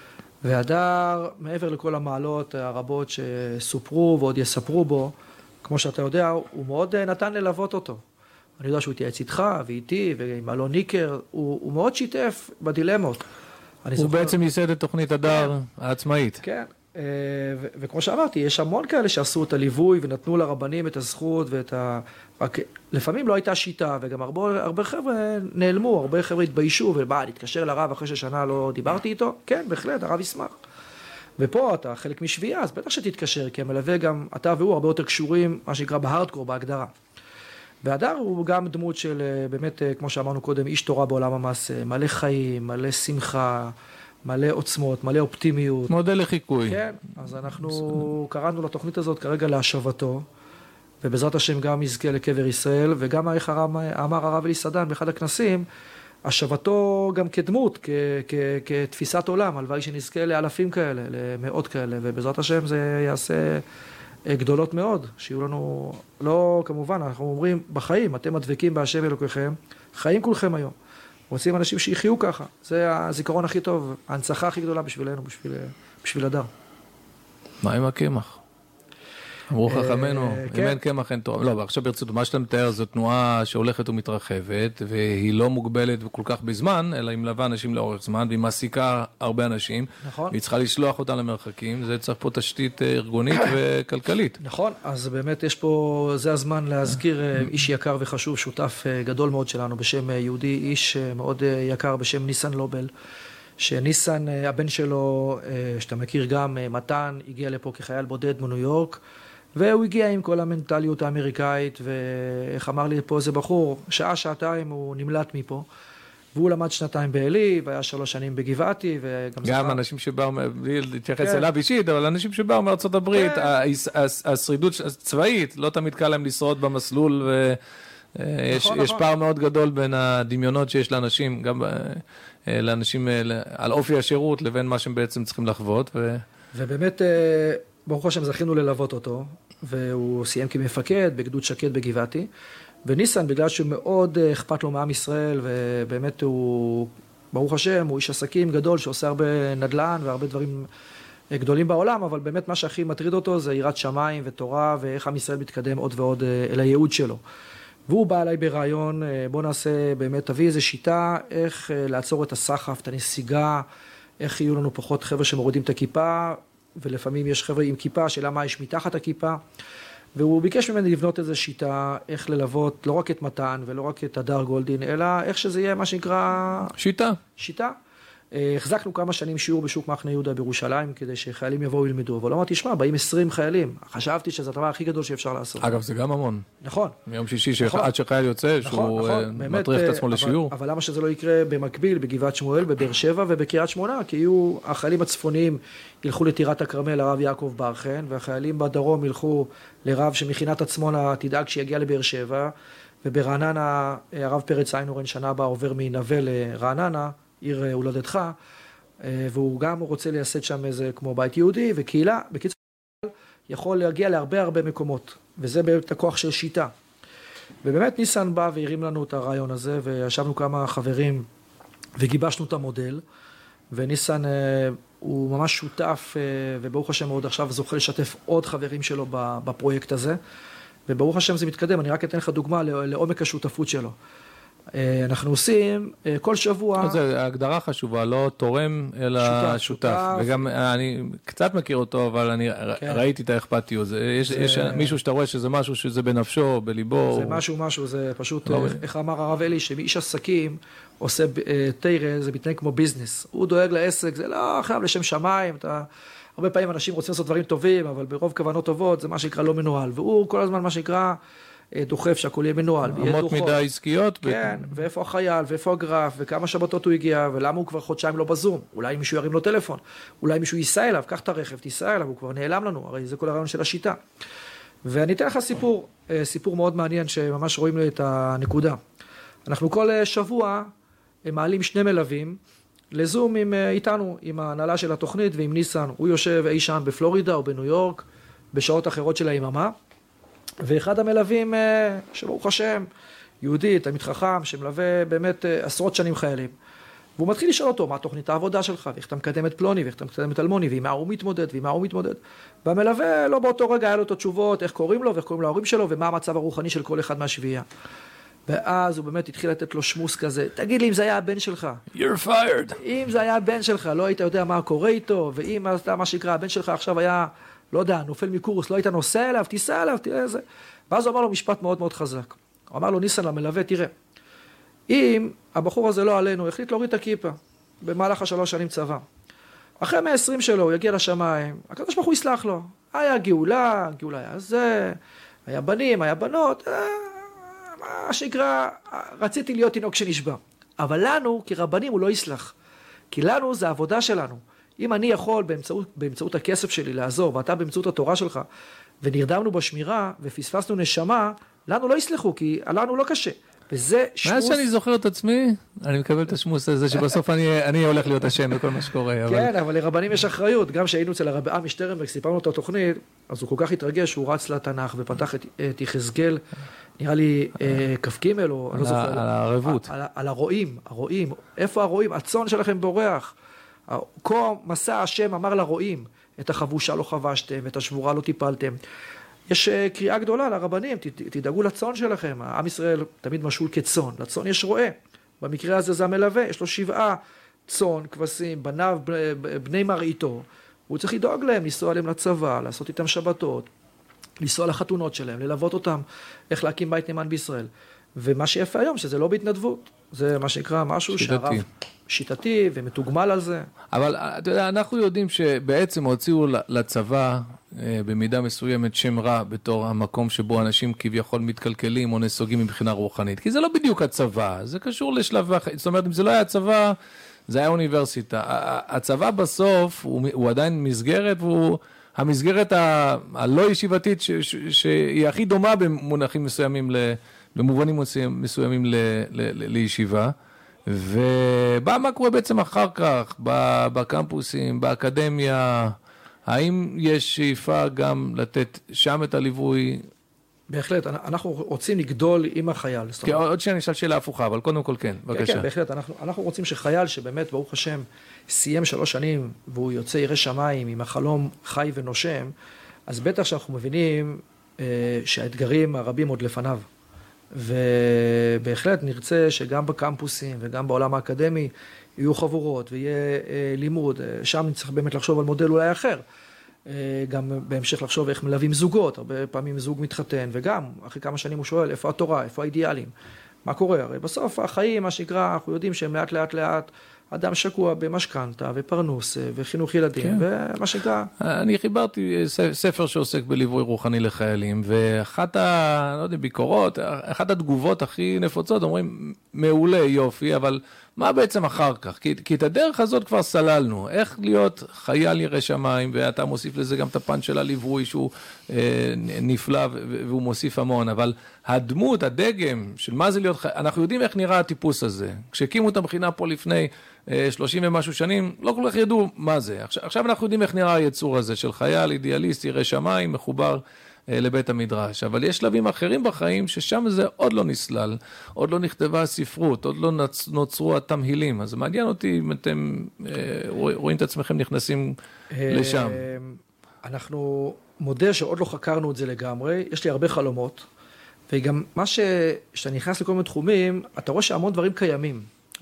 והדר, מעבר לכל המעלות הרבות שסופרו ועוד יספרו בו, כמו שאתה יודע, הוא מאוד נתן ללוות אותו. אני יודע שהוא התייעץ איתך ואיתי ועם אלון ניקר, הוא מאוד שיתף בדילמות. הוא בעצם ייסד את תוכנית הדר העצמאית. כן, וכמו שאמרתי, יש המון כאלה שעשו את הליווי ונתנו לרבנים את הזכות רק לפעמים לא הייתה שיטה, וגם הרבה חבר'ה נעלמו, הרבה חבר'ה התביישו, ובא, נתקשר לרב אחרי ששנה לא דיברתי איתו, כן, בהחלט, הרב ישמח. ופה אתה חלק משביעה, אז בטח שתתקשר, כי המלווה גם, אתה והוא הרבה יותר קשורים, מה שנקרא בהארדקור, בהגדרה. והדר הוא גם דמות של, באמת, כמו שאמרנו קודם, איש תורה בעולם המעשה, מלא חיים, מלא שמחה, מלא עוצמות, מלא אופטימיות. מודל לחיקוי. כן, אז אנחנו קראנו לתוכנית הזאת כרגע להשבתו, ובעזרת השם גם יזכה לקבר ישראל, וגם איך אמר הרב אלי סדן באחד הכנסים, השבתו גם כדמות, כתפיסת עולם, הלוואי שנזכה לאלפים כאלה, למאות כאלה, ובעזרת השם זה יעשה גדולות מאוד, שיהיו לנו, לא כמובן, אנחנו אומרים, בחיים, אתם הדבקים בהשם אלוקיכם, חיים כולכם היום. רוצים אנשים שיחיו ככה, זה הזיכרון הכי טוב, ההנצחה הכי גדולה בשבילנו, בשביל הדר. מה עם הקמח? אמרו חכמנו, אם אין קמח אין תורה. לא, ועכשיו ברצינות, מה שאתה מתאר זו תנועה שהולכת ומתרחבת, והיא לא מוגבלת כל כך בזמן, אלא היא מלווה אנשים לאורך זמן, והיא מעסיקה הרבה אנשים, והיא צריכה לשלוח אותם למרחקים, זה צריך פה תשתית ארגונית וכלכלית. נכון, אז באמת יש פה, זה הזמן להזכיר איש יקר וחשוב, שותף גדול מאוד שלנו בשם יהודי, איש מאוד יקר בשם ניסן לובל, שניסן, הבן שלו, שאתה מכיר גם, מתן, הגיע לפה כחייל בודד מניו יורק, והוא הגיע עם כל המנטליות האמריקאית, ואיך אמר לי פה איזה בחור, שעה, שעתיים הוא נמלט מפה, והוא למד 2 בעלי, והיה 3 שנים בגבעתי, גם אנשים שבאו, בלי להתייחס אליו אישית, אבל אנשים שבאו מארצות הברית, השרידות הצבאית, לא תמיד קל להם לשרוד במסלול, ויש פער מאוד גדול בין הדמיונות שיש לאנשים, גם לאנשים על אופי השירות, לבין מה שהם בעצם צריכים לחוות. ובאמת, ברוך השם זכינו ללוות אותו, והוא סיים כמפקד בגדוד שקד בגבעתי, וניסן, בגלל שמאוד אכפת לו מעם ישראל, ובאמת הוא, ברוך השם, הוא איש עסקים גדול, שעושה הרבה נדל"ן והרבה דברים גדולים בעולם, אבל באמת מה שהכי מטריד אותו זה יראת שמיים ותורה, ואיך עם ישראל מתקדם עוד ועוד אל הייעוד שלו. והוא בא אליי ברעיון, בוא נעשה באמת, תביא איזו שיטה, איך לעצור את הסחף, את הנסיגה, איך יהיו לנו פחות חבר'ה שמורידים את הכיפה, ולפעמים יש חבר'ה עם כיפה, שאלה מה יש מתחת הכיפה, והוא ביקש ממני לבנות איזו שיטה, איך ללוות לא רק את מתן ולא רק את הדר גולדין, אלא איך שזה יהיה מה שנקרא... שיטה. החזקנו כמה שנים שיעור בשוק מחנה יהודה בירושלים, כדי שחיילים יבואו ילמדו, אבל לא אמרתי, תשמע, באים 20 חיילים. חשבתי שזה הדבר הכי גדול שאפשר לעשות. אגב, זה גם המון. נכון. מיום שישי, עד שחייל יוצא, שהוא מטריח את עצמו לשיעור. אבל למה שזה לא יקרה במקביל, בגבעת שמואל, בבאר שבע ובקריית שמונה? כי יהיו החיילים הצפוניים ילכו לטירת הכרמל, הרב יעקב ברכן, והחיילים בדרום ילכו לרב שמכינת עצמונה תדאג שיגיע לבאר שבע, וברעננה הרב פרץ איינורן שנה הבאה עובר מנווה לרעננה, עיר הולדתך, והוא גם רוצה לייסד שם איזה כמו בית יהודי וקהילה, בקיצור יכול להגיע להרבה מקומות, וזה באמת הכוח של שיטה. ובאמת ניסן בא והרים לנו את הרעיון הזה, וישבנו כמה חברים וגיבשנו את המודל, וניסן הוא ממש שותף, וברוך השם מאוד עכשיו זוכה לשתף עוד חברים שלו בפרויקט הזה, וברוך השם זה מתקדם. אני רק אתן לך דוגמה לעומק השותפות שלו. אנחנו עושים כל שבוע... זו הגדרה חשובה, לא תורם, אלא שותף. וגם אני קצת מכיר אותו, אבל אני ראיתי את האכפתיות. יש מישהו שאתה רואה שזה משהו שזה בנפשו, בליבו. זה משהו, זה פשוט, איך אמר הרב אלי, שמאיש עסקים עושה תירה, זה מתנהג כמו ביזנס. הוא דואג לעסק, זה לא חייב לשם שמיים, הרבה פעמים אנשים רוצים לעשות דברים טובים, אבל ברוב כוונות טובות זה מה שנקרא לא מנוהל. והוא כל הזמן מה שנקרא... דוחף שהכל יהיה מנוהל. אמות מידה עסקיות. כן, ואיפה החייל, ואיפה הגרף, וכמה שבתות הוא הגיע, ולמה הוא כבר חודשיים לא בזום. אולי מישהו ירים לו טלפון, אולי מישהו ייסע אליו, קח את הרכב, תיסע אליו, הוא כבר נעלם לנו, הרי זה כל הרעיון של השיטה. ואני אתן לך סיפור מאוד מעניין, שממש רואים לי את הנקודה. אנחנו כל שבוע מעלים 2 מלווים, לזום איתנו, עם ההנהלה של התוכנית, ועם ניסן, הוא יושב אי שם בפלורידה או בניו יורק, בשעות אחרות של היממה, ואחד המלווים, שברוך השם, יהודי, תלמיד חכם, שמלווה באמת עשרות שנים חיילים. והוא מתחיל לשאול אותו, מה תוכנית העבודה שלך, ואיך אתה מקדם את פלוני, ואיך אתה מקדם את אלמוני, ועם מה הוא מתמודד, ועם מה הוא מתמודד. והמלווה לא באותו רגע היה לו את התשובות, איך קוראים לו, ואיך קוראים להורים שלו, ומה המצב הרוחני של כל אחד מהשביעייה. ואז הוא באמת התחיל לתת לו שמוס כזה, תגיד לי אם זה היה הבן שלך. You're fired. אם זה היה הבן שלך, לא היית יודע מה קורה איתו, ואם אתה, מה שיקרא, הבן שלך עכשיו היה לא יודע, נופל מקורס, לא היית נוסע אליו, תיסע אליו, תראה איזה. ואז הוא אמר לו משפט מאוד מאוד חזק. הוא אמר לו, ניסן למלווה, תראה, אם הבחור הזה לא עלינו, החליט להוריד את הכיפה, במהלך 3 שנים צבא. אחרי 120 שלו, הוא יגיע לשמיים, הקדוש ברוך הוא יסלח לו. היה גאולה היה זה, היה בנים, היה בנות, מה שנקרא, רציתי להיות תינוק שנשבע. אבל לנו, כרבנים, הוא לא יסלח. כי לנו זה העבודה שלנו. אם אני יכול באמצעות הכסף שלי לעזור, ואתה באמצעות התורה שלך, ונרדמנו בשמירה, ופספסנו נשמה, לנו לא יסלחו, כי לנו לא קשה. וזה שמוס... מאז שאני זוכר את עצמי, אני מקבל את השמוס הזה, שבסוף אני הולך להיות השם בכל מה שקורה. כן, אבל לרבנים יש אחריות. גם שהיינו אצל הרב עמי שטרנברג, סיפרנו את התוכנית, אז הוא כל כך התרגש, שהוא רץ לתנ"ך, ופתח את יחזקאל, נראה לי כ"ג, או אני לא זוכר. על הערבות. על הרועים. איפה הרועים? הצאן שלכם בורח. כה מסע השם אמר לרועים, את החבושה לא חבשתם, את השבורה לא טיפלתם. יש קריאה גדולה לרבנים, תדאגו לצאן שלכם, העם ישראל תמיד משול כצאן, לצאן יש רועה, במקרה הזה זה המלווה, יש לו 7 צאן, כבשים, בניו, בני מרעיתו, הוא צריך לדאוג להם, לנסוע עליהם לצבא, לעשות איתם שבתות, לנסוע לחתונות שלהם, ללוות אותם, איך להקים בית נאמן בישראל. ומה שיפה היום, שזה לא בהתנדבות, זה מה שנקרא משהו שהרב שיטתי ומתוגמל על זה. אבל אתה יודע, אנחנו יודעים שבעצם הוציאו לצבא במידה מסוימת שם רע בתור המקום שבו אנשים כביכול מתקלקלים או נסוגים מבחינה רוחנית. כי זה לא בדיוק הצבא, זה קשור לשלב אחר. זאת אומרת, אם זה לא היה הצבא, זה היה אוניברסיטה. הצבא בסוף הוא עדיין מסגרת, והוא המסגרת הלא ישיבתית שהיא הכי דומה במונחים מסוימים, במובנים מסוימים לישיבה. ומה קורה בעצם אחר כך בקמפוסים, באקדמיה? האם יש שאיפה גם לתת שם את הליווי? בהחלט, אנחנו רוצים לגדול עם החייל. עוד שאני אשאל שאלה הפוכה, אבל קודם כל כן, בבקשה. כן, בהחלט, אנחנו רוצים שחייל שבאמת, ברוך השם, סיים 3 שנים, והוא יוצא ירא שמיים עם החלום חי ונושם, אז בטח שאנחנו מבינים שהאתגרים הרבים עוד לפניו. ובהחלט נרצה שגם בקמפוסים וגם בעולם האקדמי יהיו חבורות ויהיה לימוד. שם נצטרך באמת לחשוב על מודל אולי אחר. גם בהמשך לחשוב איך מלווים זוגות. הרבה פעמים זוג מתחתן, וגם אחרי כמה שנים הוא שואל איפה התורה, איפה האידיאלים. מה קורה? הרי בסוף החיים, מה שנקרא, אנחנו יודעים שהם לאט, אדם שקוע במשכנתה ופרנוס וחינוך ילדים, כן. ומה שנקרא... אני חיברתי ספר שעוסק בליווי רוחני לחיילים, ואחת הביקורות, אחת התגובות הכי נפוצות, אומרים, מעולה, יופי, אבל מה בעצם אחר כך? כי את הדרך הזאת כבר סללנו, איך להיות חייל ירא שמיים, ואתה מוסיף לזה גם את הפן של הליווי, שהוא נפלא והוא מוסיף המון, אבל הדמות, הדגם של מה זה להיות חייל, אנחנו יודעים איך נראה הטיפוס הזה. כשהקימו את המכינה פה לפני 30 ומשהו שנים, לא כל כך ידעו מה זה. עכשיו אנחנו יודעים איך נראה היצור הזה של חייל אידיאליסט, ירא שמיים, מחובר לבית המדרש. אבל יש שלבים אחרים בחיים ששם זה עוד לא נסלל, עוד לא נכתבה הספרות, עוד לא נוצרו התמהילים. אז מעניין אותי אם אתם רואים את עצמכם נכנסים לשם. אנחנו מודה שעוד לא חקרנו את זה לגמרי. יש לי הרבה חלומות. וגם מה שאתה נכנס לכל מיני תחומים, אתה רואה שהמון דברים קיימים.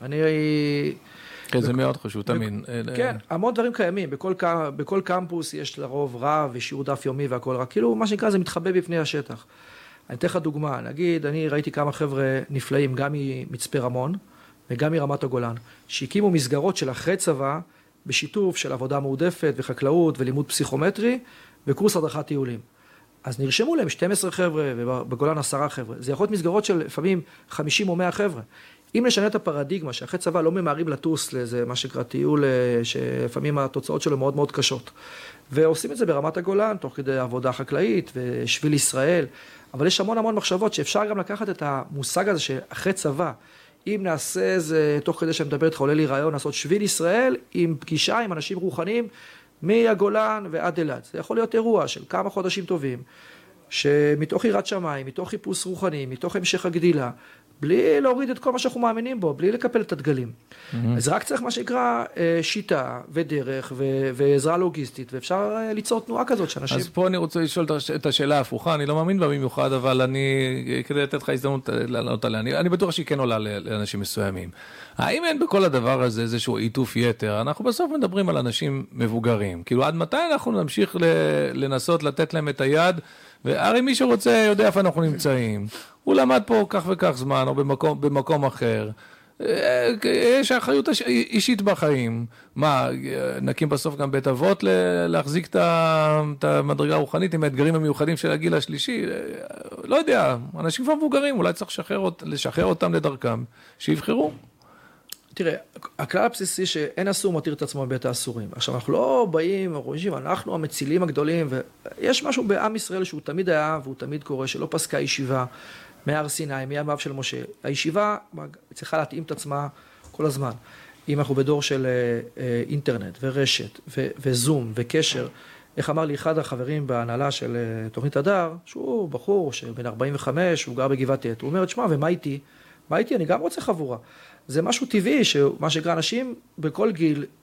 כן, זה מאוד חשוב, תמיד. כן, המון דברים קיימים. בכל קמפוס יש לרוב רב ושיעור דף יומי והכל רק. כאילו, מה שנקרא, זה מתחבא בפני השטח. אני אתן לך דוגמה. נגיד, אני ראיתי כמה חבר'ה נפלאים, גם ממצפה רמון וגם מרמת הגולן, שהקימו מסגרות של אחרי צבא, בשיתוף של עבודה מועדפת וחקלאות ולימוד פסיכומטרי, וקורס הדרכת טיולים. אז נרשמו להם 12 חבר'ה, ובגולן 10 חבר'ה. זה יכול להיות מסגרות של לפעמים 50 או 100 חבר'ה. אם נשנה את הפרדיגמה, שאחרי צבא לא ממהרים לטוס לאיזה מה שקרא טיול, שלפעמים התוצאות שלו מאוד מאוד קשות. ועושים את זה ברמת הגולן, תוך כדי עבודה חקלאית ושביל ישראל. אבל יש המון מחשבות שאפשר גם לקחת את המושג הזה שאחרי צבא, אם נעשה איזה, תוך כדי שמדבר איתך, עולה לי רעיון לעשות שביל ישראל עם פגישה עם אנשים רוחניים, מהגולן ועד אילת. זה יכול להיות אירוע של כמה חודשים טובים, שמתוך יראת שמיים, מתוך חיפוש רוחני, מתוך המשך הגדילה, בלי להוריד את כל מה שאנחנו מאמינים בו, בלי לקפל את הדגלים. אז רק צריך מה שנקרא שיטה ודרך ועזרה לוגיסטית, ואפשר ליצור תנועה כזאת שאנשים... אז פה אני רוצה לשאול את השאלה ההפוכה, אני לא מאמין בה במיוחד, אבל אני, כדי לתת לך הזדמנות לענות עליה, אני בטוח שהיא כן עולה לאנשים מסוימים. האם אין בכל הדבר הזה איזשהו עיטוף יתר? אנחנו בסוף מדברים על אנשים מבוגרים. כאילו, עד מתי אנחנו נמשיך לנסות לתת להם את היד? והרי מי שרוצה יודע איפה אנחנו נמצאים. הוא למד פה כך וכך זמן, או במקום אחר. יש אחריות אישית בחיים. מה, נקים בסוף גם בית אבות להחזיק את המדרגה הרוחנית עם האתגרים המיוחדים של הגיל השלישי? לא יודע, אנשים כבר מבוגרים, אולי צריך לשחרר אותם לדרכם, שיבחרו. תראה, הכלל הבסיסי שאין אסור מתיר את עצמו בבית האסורים. עכשיו, אנחנו לא באים, אנחנו המצילים הגדולים, ויש משהו בעם ישראל שהוא תמיד היה, והוא תמיד קורה, שלא פסקה ישיבה מהר סיני, מימיו של משה. הישיבה צריכה להתאים את עצמה כל הזמן. אם אנחנו בדור של אינטרנט ורשת וזום וקשר, איך אמר לי אחד החברים בהנהלה של תוכנית הדר, שהוא בחור שבן 45, הוא גר בגבעת עת, הוא אומר, תשמע, ומה איתי? מה איתי? אני גם רוצה חבורה. זה משהו טבעי, שמה שקרה אנשים בכל גיל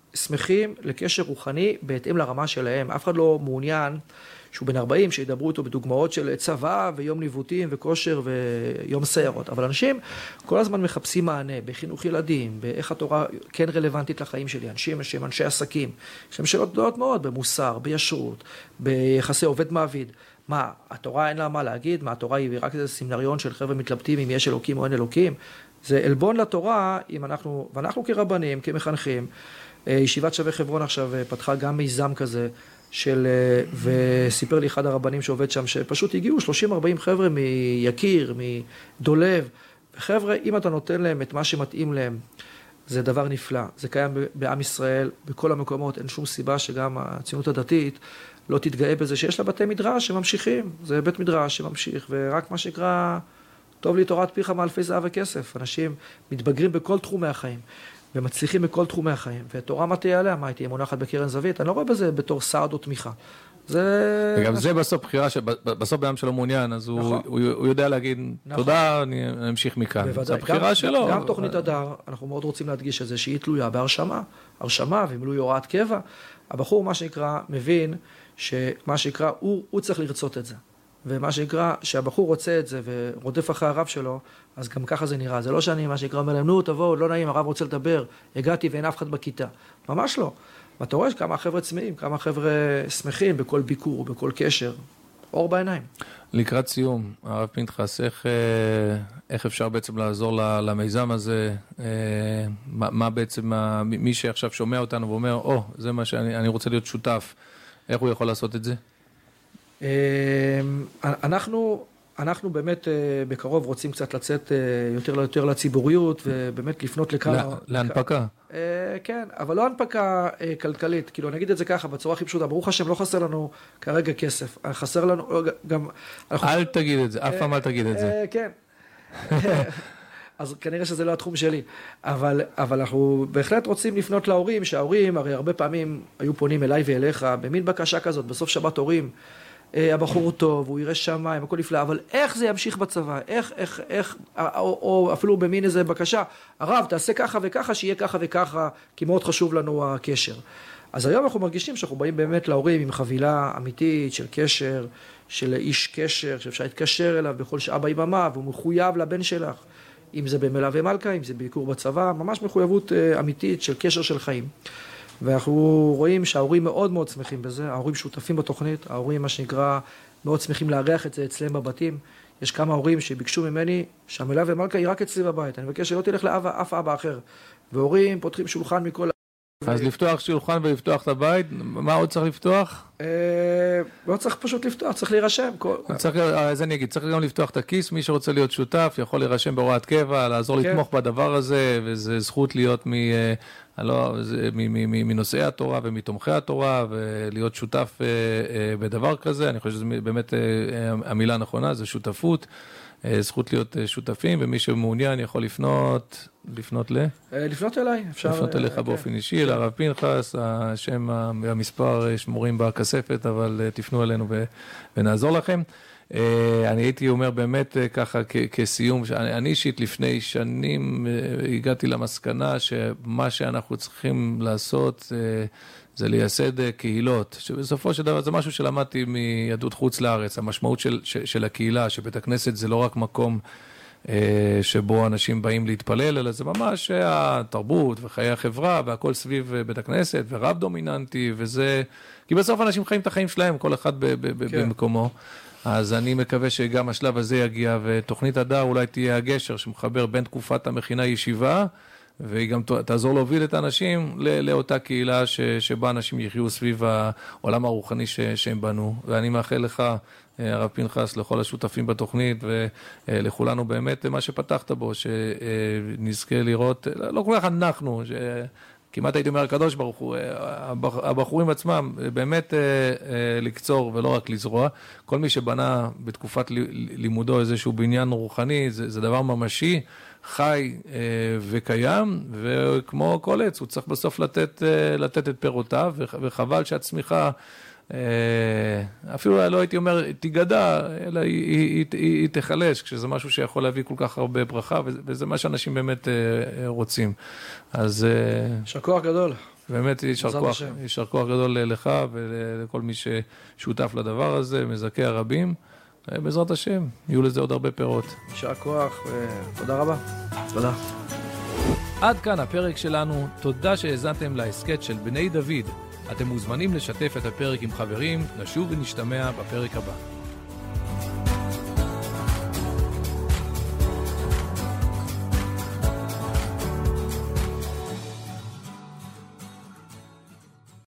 שמחים לקשר רוחני בהתאם לרמה שלהם. אף אחד לא מעוניין שהוא בן 40, שידברו איתו בדוגמאות של צבא ויום ניווטים וכושר ויום סיירות. אבל אנשים כל הזמן מחפשים מענה בחינוך ילדים, באיך התורה כן רלוונטית לחיים שלי. אנשים שהם אנשי עסקים, יש להם שאלות גדולות מאוד במוסר, בישרות, ביחסי עובד מעביד. מה, התורה אין לה מה להגיד? מה, התורה היא רק איזה סמינריון של חבר'ה מתלבטים אם יש אלוקים או אין אלוקים? זה עלבון לתורה, ואנחנו כרבנים, כמחנכים, ישיבת שווה חברון עכשיו פתחה גם מיזם כזה, וסיפר לי אחד הרבנים שעובד שם, שפשוט הגיעו 30-40 חבר'ה מיקיר, מדולב, וחבר'ה, אם אתה נותן להם את מה שמתאים להם, זה דבר נפלא. זה קיים בעם ישראל, בכל המקומות, אין שום סיבה שגם הציונות הדתית לא תתגאה בזה, שיש לה בתי מדרש שממשיכים, זה בית מדרש שממשיך, ורק מה שנקרא, טוב לי תורת פיך מאלפי זהב וכסף. אנשים מתבגרים בכל תחומי החיים, ומצליחים בכל תחומי החיים, ותורה מה תהיה עליה? מה היא תהיה מונחת בקרן זווית? אני לא רואה בזה בתור סעד או תמיכה. וגם זה בסוף בחירה, בסוף בעם שלו מעוניין, אז הוא יודע להגיד, תודה, אני אמשיך מכאן. זה הבחירה שלו. גם תוכנית הדר, אנחנו מאוד רוצים להדגיש את זה, שהיא תלויה בהרשמה, ומילוי הוראת קבע. הבחור, מה שנקרא, מבין שמה שנקרא, הוא צריך לרצות את זה. ומה שנקרא, שהבחור רוצה את זה ורודף אחרי הרב שלו, אז גם ככה זה נראה. זה לא שאני, מה שנקרא, אומר להם, נו, תבואו, לא נעים, הרב רוצה לדבר, הגעתי ואין אף אחד בכיתה. ממש לא. ואתה רואה כמה חבר'ה צמאים, כמה חבר'ה שמחים בכל ביקור, בכל קשר. אור בעיניים. לקראת סיום, הרב פנחס, איך אפשר בעצם לעזור למיזם הזה? מה בעצם, מי שעכשיו שומע אותנו ואומר, זה מה שאני רוצה להיות שותף, איך הוא יכול לעשות את זה? אנחנו באמת בקרוב רוצים קצת לצאת יותר לציבוריות, ובאמת לפנות לכמה... להנפקה. כן, אבל לא הנפקה כלכלית, כאילו נגיד את זה ככה, בצורה הכי פשוטה, ברוך השם לא חסר לנו כרגע כסף, חסר לנו גם... אל תגיד את זה, אף פעם אל תגיד את זה. כן. אז כנראה שזה לא התחום שלי, אבל אנחנו בהחלט רוצים לפנות להורים, שההורים הרי הרבה פעמים היו פונים אליי ואליך, במין בקשה כזאת, בסוף שבת הורים, הבחור הוא טוב, הוא יראה שמיים, הכל נפלא, אבל איך זה ימשיך בצבא? איך, או אפילו במין איזה בקשה, הרב, תעשה ככה וככה, שיהיה ככה וככה, כי מאוד חשוב לנו הקשר. אז היום אנחנו מרגישים שאנחנו באים באמת להורים עם חבילה אמיתית של קשר, של איש קשר, שאפשר להתקשר אליו בכל שעה ביממה, והוא מחויב לבן שלך, אם זה במלווה מלכה, אם זה ביקור בצבא, ממש מחויבות אמיתית של קשר של חיים. ואנחנו רואים שההורים מאוד מאוד שמחים בזה, ההורים שותפים בתוכנית, ההורים מה שנקרא מאוד שמחים לארח את זה אצלם בבתים. יש כמה הורים שביקשו ממני שהמלווה מלכה היא רק אצלי בבית, אני מבקש שלא תלך לאף אבא אחר. והורים פותחים שולחן מכל... אז לפתוח שולחן ולפתוח את הבית, מה עוד צריך לפתוח? לא צריך פשוט לפתוח, צריך להירשם. אז אני אגיד, צריך גם לפתוח את הכיס, מי שרוצה להיות שותף יכול להירשם בהוראת קבע, לעזור לתמוך בדבר הזה, וזה זכות להיות מנושאי התורה ומתומכי התורה, ולהיות שותף בדבר כזה. אני חושב שזה באמת המילה הנכונה, זה שותפות. זכות להיות שותפים, ומי שמעוניין יכול לפנות אליי. לפנות אליך באופן אישי, לרב פנחס, השם והמספר שמורים בכספת, אבל תפנו אלינו ונעזור לכם. אני הייתי אומר באמת ככה כסיום, אני אישית לפני שנים הגעתי למסקנה שמה שאנחנו צריכים לעשות זה לייסד קהילות, שבסופו של דבר זה משהו שלמדתי מיהדות חוץ לארץ, המשמעות של הקהילה, שבית הכנסת זה לא רק מקום שבו אנשים באים להתפלל, אלא זה ממש התרבות וחיי החברה והכל סביב בית הכנסת ורב דומיננטי, וזה, כי בסוף אנשים חיים את החיים שלהם, כל אחד במקומו. אז אני מקווה שגם השלב הזה יגיע, ותוכנית הדר אולי תהיה הגשר שמחבר בין תקופת המכינה ישיבה, והיא גם תעזור להוביל את האנשים לאותה קהילה שבה אנשים יחיו סביב העולם הרוחני שהם בנו. ואני מאחל לך, הרב פנחס, לכל השותפים בתוכנית, ולכולנו באמת מה שפתחת בו, שנזכה לראות, לא כל כך אנחנו, כמעט הייתי אומר הקדוש ברוך הוא, הבחורים עצמם באמת לקצור ולא רק לזרוע. כל מי שבנה בתקופת לימודו איזשהו בניין רוחני, זה דבר ממשי, חי וקיים, וכמו כל עץ, הוא צריך בסוף לתת את פירותיו, וחבל שהצמיחה, אפילו לא הייתי אומר תיגדע, אלא היא תחלש, כשזה משהו שיכול להביא כל כך הרבה ברכה, וזה מה שאנשים באמת רוצים. אז... שכוח גדול. באמת יישר כוח גדול לך ולכל מי ששותף לדבר הזה, מזכה הרבים. בעזרת השם, יהיו לזה עוד הרבה פירות. יישר כוח ותודה רבה. תודה. עד כאן הפרק שלנו, תודה שהאזנתם להסכת של בני דוד. אתם מוזמנים לשתף את הפרק עם חברים, נשוב ונשתמע בפרק הבא.